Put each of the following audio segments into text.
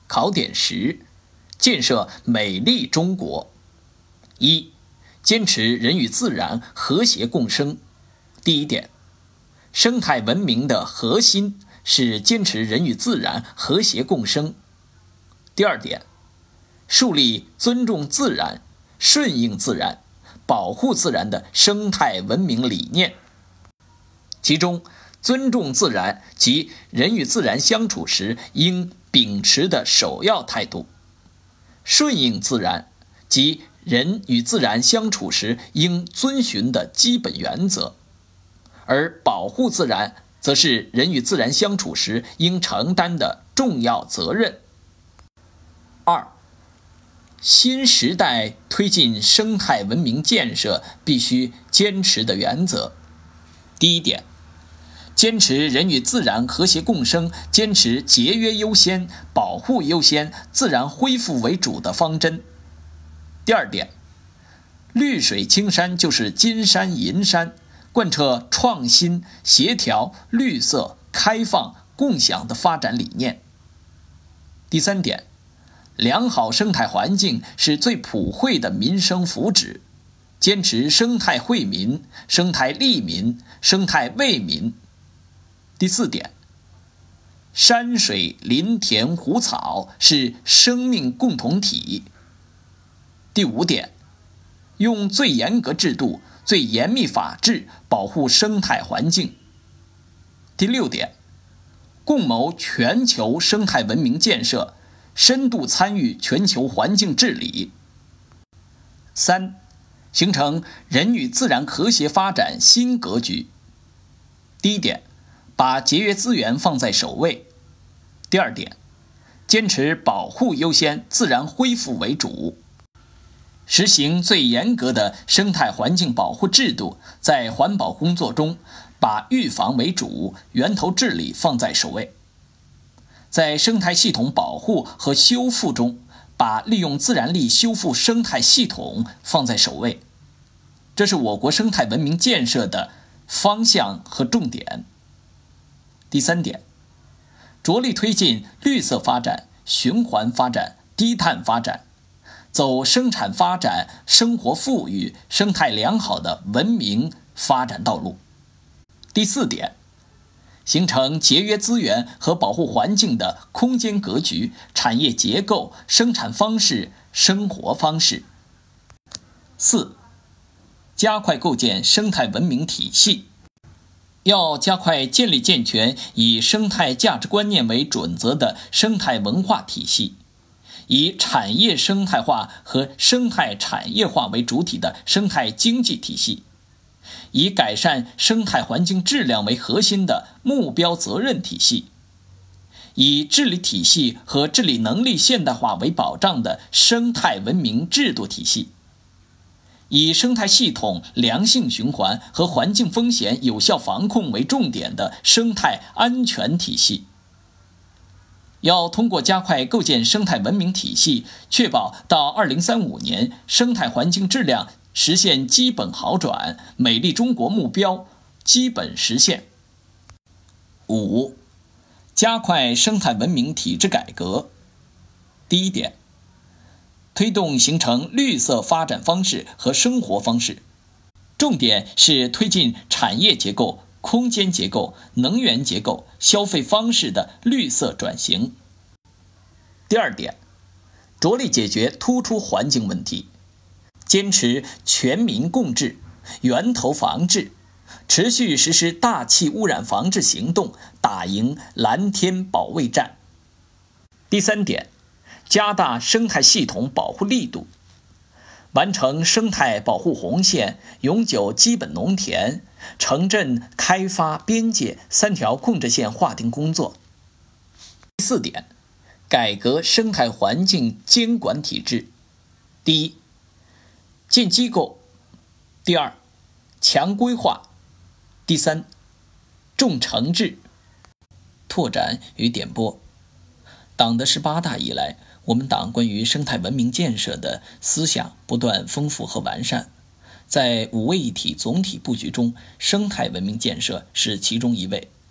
考点10：建设美丽中国。1、坚持人与自然和谐共生。第一点，生态文明的核心是坚持人与自然和谐共生。第二点，树立尊重自然、顺应自然、保护自然的生态文明理念。其中，尊重自然及人与自然相处时应秉持的首要态度，顺应自然及人与自然相处时应遵循的基本原则，而保护自然则是人与自然相处时应承担的重要责任。2、新时代推进生态文明建设必须坚持的原则。第一点，坚持人与自然和谐共生，坚持节约优先、保护优先、自然恢复为主的方针。第二点，绿水青山就是金山银山，贯彻创新、协调、绿色、开放、共享的发展理念。第三点，良好生态环境是最普惠的民生福祉，坚持生态惠民、生态利民、生态为民。第四点，山水林田湖草是生命共同体。第五点，用最严格制度、最严密法治保护生态环境。第六点，共谋全球生态文明建设，深度参与全球环境治理。3、形成人与自然和谐发展新格局。第一点，把节约资源放在首位。第二点，坚持保护优先、自然恢复为主，实行最严格的生态环境保护制度，在环保工作中把预防为主、源头治理放在首位。在生态系统保护和修复中，把利用自然力修复生态系统放在首位。这是我国生态文明建设的方向和重点。第三点，着力推进绿色发展、循环发展、低碳发展，走生产发展、生活富裕、生态良好的文明发展道路。第四点，形成节约资源和保护环境的空间格局、产业结构、生产方式、生活方式。4、加快构建生态文明体系。要加快建立健全以生态价值观念为准则的生态文化体系，以产业生态化和生态产业化为主体的生态经济体系，以改善生态环境质量为核心的目标责任体系，以治理体系和治理能力现代化为保障的生态文明制度体系，以生态系统良性循环和环境风险有效防控为重点的生态安全体系。要通过加快构建生态文明体系，确保到2035年生态环境质量实现基本好转，美丽中国目标基本实现。5、加快生态文明体制改革。第一点，推动形成绿色发展方式和生活方式，重点是推进产业结构、空间结构、能源结构、消费方式的绿色转型。第二点，着力解决突出环境问题，坚持全民共治、源头防治，持续实施大气污染防治行动，打赢蓝天保卫战。第三点，加大生态系统保护力度，完成生态保护红线、永久基本农田、城镇开发边界3条控制线划定工作。第四点，改革生态环境监管体制。第一，建机构；第二，强规划；第三，重惩治。拓展与点拨。党的18大以来，我们党关于生态文明建设的思想不断丰富和完善，在5位一体总体布局中，生态文明建设是其中一位。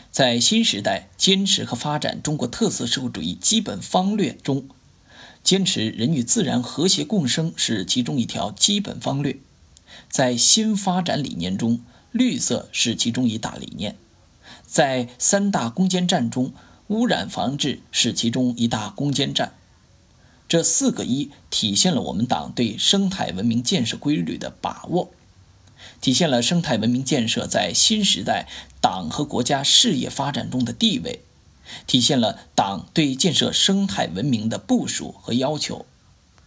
在新时代坚持和发展中国特色社会主义基本方略中，坚持人与自然和谐共生是其中一条基本方略。在新发展理念中，绿色是其中一大理念。在三大攻坚战中，污染防治是其中一大攻坚战。这4个一体现了我们党对生态文明建设规律的把握，体现了生态文明建设在新时代党和国家事业发展中的地位，体现了党对建设生态文明的部署和要求。